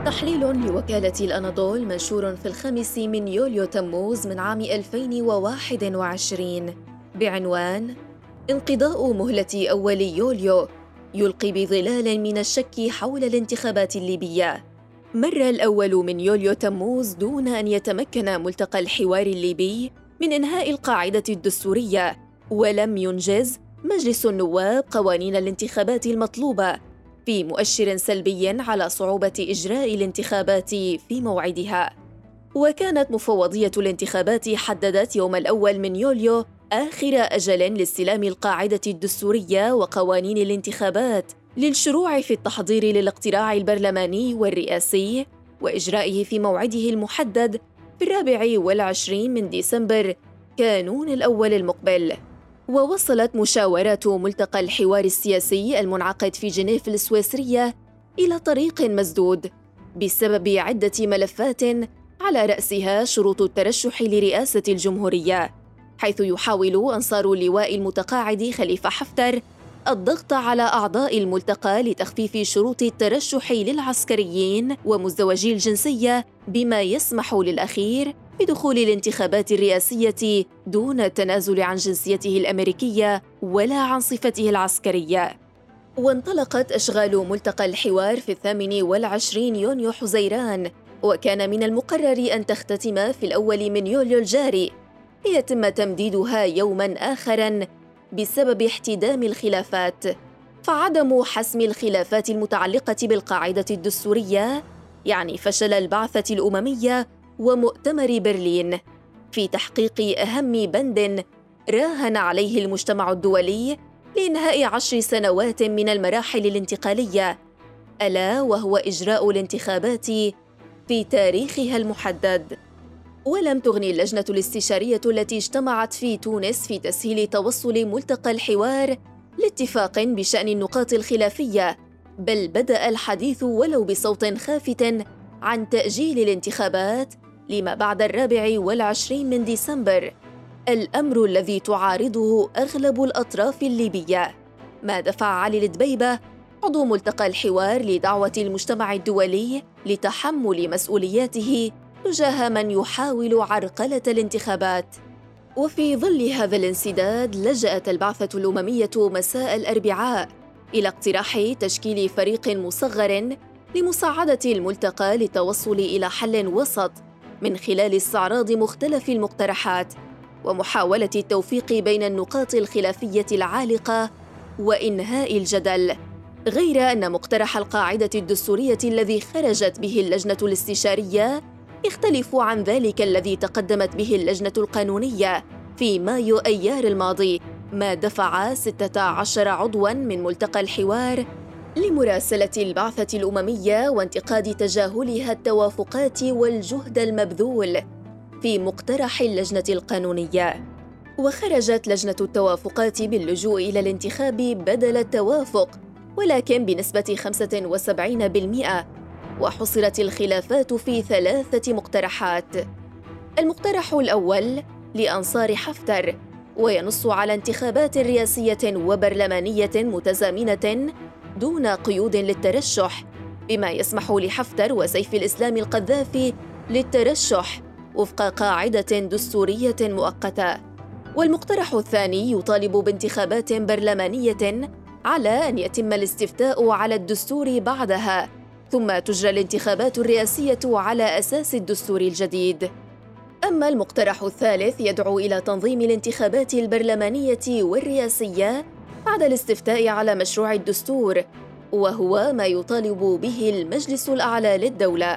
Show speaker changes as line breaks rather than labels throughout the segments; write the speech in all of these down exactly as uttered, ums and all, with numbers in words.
تحليل لوكالة الأناضول منشور في الخامس من يوليو تموز من عام ألفين وواحد وعشرين بعنوان انقضاء مهلة أول يوليو يلقي بظلال من الشك حول الانتخابات الليبية. مر الأول من يوليو تموز دون أن يتمكن ملتقى الحوار الليبي من إنهاء القاعدة الدستورية، ولم ينجز مجلس النواب قوانين الانتخابات المطلوبة، في مؤشر سلبي على صعوبة إجراء الانتخابات في موعدها. وكانت مفوضية الانتخابات حددت يوم الأول من يوليو آخر أجل لاستلام القاعدة الدستورية وقوانين الانتخابات للشروع في التحضير للاقتراع البرلماني والرئاسي وإجرائه في موعده المحدد في الرابع والعشرين من ديسمبر كانون الأول المقبل. ووصلت مشاورات ملتقى الحوار السياسي المنعقد في جنيف السويسرية إلى طريق مسدود بسبب عدة ملفات على رأسها شروط الترشح لرئاسة الجمهورية، حيث يحاول أنصار اللواء المتقاعد خليفة حفتر الضغط على أعضاء الملتقى لتخفيف شروط الترشح للعسكريين ومزدوجي الجنسية بما يسمح للأخير بدخول الانتخابات الرئاسية دون التنازل عن جنسيته الأمريكية ولا عن صفته العسكرية. وانطلقت أشغال ملتقى الحوار في الثامن والعشرين يونيو حزيران، وكان من المقرر أن تختتم في الأول من يوليو الجاري، ليتم تمديدها يوماً آخراً بسبب احتدام الخلافات. فعدم حسم الخلافات المتعلقة بالقاعدة الدستورية يعني فشل البعثة الأممية ومؤتمر برلين في تحقيق أهم بند راهن عليه المجتمع الدولي لإنهاء عشر سنوات من المراحل الانتقالية، ألا وهو إجراء الانتخابات في تاريخها المحدد. ولم تغني اللجنة الاستشارية التي اجتمعت في تونس في تسهيل توصل ملتقى الحوار لاتفاق بشأن النقاط الخلافية، بل بدأ الحديث ولو بصوت خافت عن تأجيل الانتخابات لما بعد الرابع والعشرين من ديسمبر، الأمر الذي تعارضه أغلب الأطراف الليبية، ما دفع علي الدبيبة عضو ملتقى الحوار لدعوة المجتمع الدولي لتحمل مسؤولياته تجاه من يحاول عرقلة الانتخابات. وفي ظل هذا الانسداد لجأت البعثة الأممية مساء الأربعاء إلى اقتراح تشكيل فريق مصغر لمساعدة الملتقى للتوصل إلى حل وسط من خلال استعراض مختلف المقترحات ومحاولة التوفيق بين النقاط الخلافية العالقة وإنهاء الجدل. غير أن مقترح القاعدة الدستورية الذي خرجت به اللجنة الاستشارية يختلف عن ذلك الذي تقدمت به اللجنة القانونية في مايو أيار الماضي، ما دفع ستة عشر عضواً من ملتقى الحوار لمراسلة البعثة الأممية وانتقاد تجاهلها التوافقات والجهد المبذول في مقترح اللجنة القانونية. وخرجت لجنة التوافقات باللجوء إلى الانتخاب بدل التوافق، ولكن بنسبة خمسة وسبعين بالمئة، وحصرت الخلافات في ثلاثة مقترحات. المقترح الأول لأنصار حفتر، وينص على انتخابات رئاسية وبرلمانية متزامنة دون قيود للترشح، بما يسمح لحفتر وسيف الإسلام القذافي للترشح وفق قاعدة دستورية مؤقتة. والمقترح الثاني يطالب بانتخابات برلمانية على أن يتم الاستفتاء على الدستور بعدها، ثم تجرى الانتخابات الرئاسية على أساس الدستور الجديد. أما المقترح الثالث يدعو إلى تنظيم الانتخابات البرلمانية والرئاسية بعد الاستفتاء على مشروع الدستور، وهو ما يطالب به المجلس الأعلى للدولة.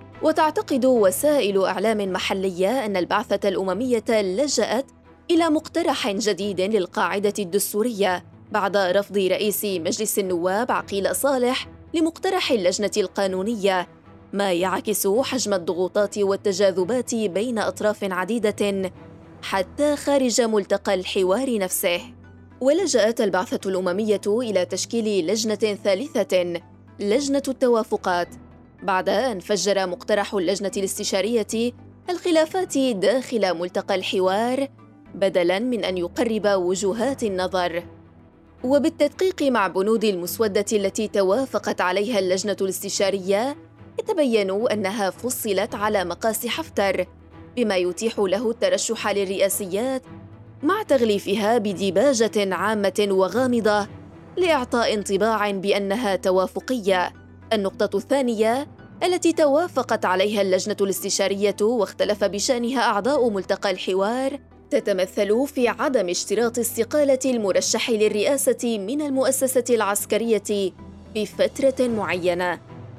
وتعتقد وسائل إعلام محلية أن البعثة الأممية لجأت إلى مقترح جديد للقاعدة الدستورية بعد رفض رئيس مجلس النواب عقيل صالح لمقترح اللجنة القانونية، ما يعكس حجم الضغوطات والتجاذبات بين أطراف عديدة حتى خارج ملتقى الحوار نفسه. ولجأت البعثة الأممية إلى تشكيل لجنة ثالثة، لجنة التوافقات، بعد أن فجر مقترح اللجنة الاستشارية الخلافات داخل ملتقى الحوار بدلاً من أن يقرب وجهات النظر. وبالتدقيق مع بنود المسودة التي توافقت عليها اللجنة الاستشارية، يتبين أنها فصلت على مقاس حفتر، بما يتيح له الترشح للرئاسيات مع تغليفها بديباجة عامة وغامضة لإعطاء انطباع بأنها توافقية. النقطة الثانية التي توافقت عليها اللجنة الاستشارية واختلف بشأنها أعضاء ملتقى الحوار تتمثل في عدم اشتراط استقالة المرشح للرئاسة من المؤسسة العسكرية بفترة معينة.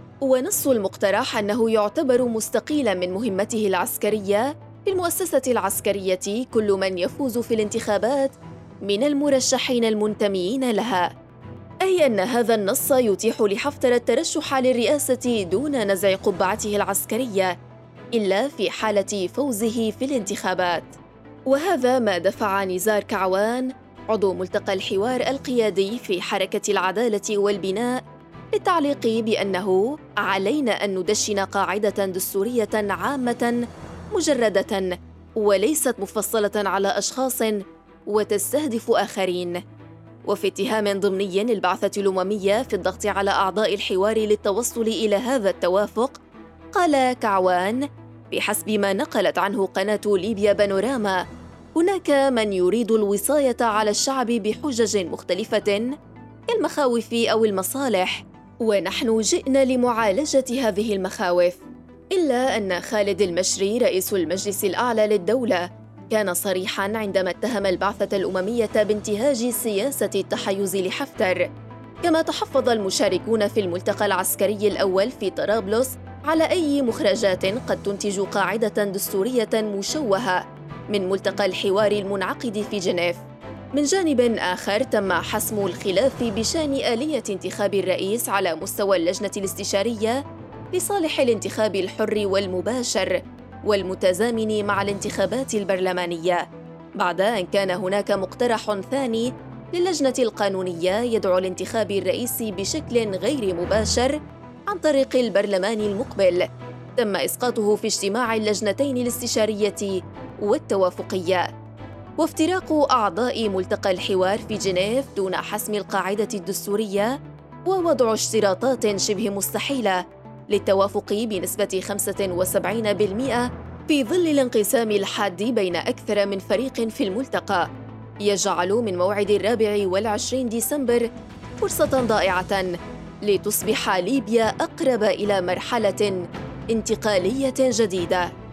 ونص المقترح أنه يعتبر مستقيلاً من مهمته العسكرية في المؤسسة العسكرية كل من يفوز في الانتخابات من المرشحين المنتمين لها، أي أن هذا النص يتيح لحفتر الترشح للرئاسة دون نزع قبعته العسكرية إلا في حالة فوزه في الانتخابات. وهذا ما دفع نزار كعوان عضو ملتقى الحوار القيادي في حركة العدالة والبناء للتعليق بأنه علينا أن ندشن قاعدة دستورية عامة مجردة وليست مفصلة على أشخاص وتستهدف آخرين. وفي اتهام ضمني للبعثة الأممية في الضغط على أعضاء الحوار للتوصل إلى هذا التوافق، قال كعوان بحسب ما نقلت عنه قناة ليبيا بانوراما: هناك من يريد الوصاية على الشعب بحجج مختلفة كالمخاوف أو المصالح، ونحن جئنا لمعالجة هذه المخاوف. إلا أن خالد المشري رئيس المجلس الأعلى للدولة كان صريحاً عندما اتهم البعثة الأممية بانتهاج سياسة التحيز لحفتر. كما تحفظ المشاركون في الملتقى العسكري الأول في طرابلس على أي مخرجات قد تنتج قاعدة دستورية مشوهة من ملتقى الحوار المنعقد في جنيف. من جانب آخر تم حسم الخلاف بشأن آلية انتخاب الرئيس على مستوى اللجنة الاستشارية لصالح الانتخاب الحر والمباشر والمتزامن مع الانتخابات البرلمانية، بعد أن كان هناك مقترح ثاني للجنة القانونية يدعو لانتخاب الرئيس بشكل غير مباشر عن طريق البرلمان المقبل، تم إسقاطه في اجتماع اللجنتين الاستشارية والتوافقية. وافتراق أعضاء ملتقى الحوار في جنيف دون حسم القاعدة الدستورية ووضع اشتراطات شبه مستحيلة للتوافق بنسبة خمسة وسبعين بالمئة في ظل الانقسام الحاد بين أكثر من فريق في الملتقى، يجعل من موعد الرابع والعشرين ديسمبر فرصة ضائعة لتصبح ليبيا أقرب إلى مرحلة انتقالية جديدة.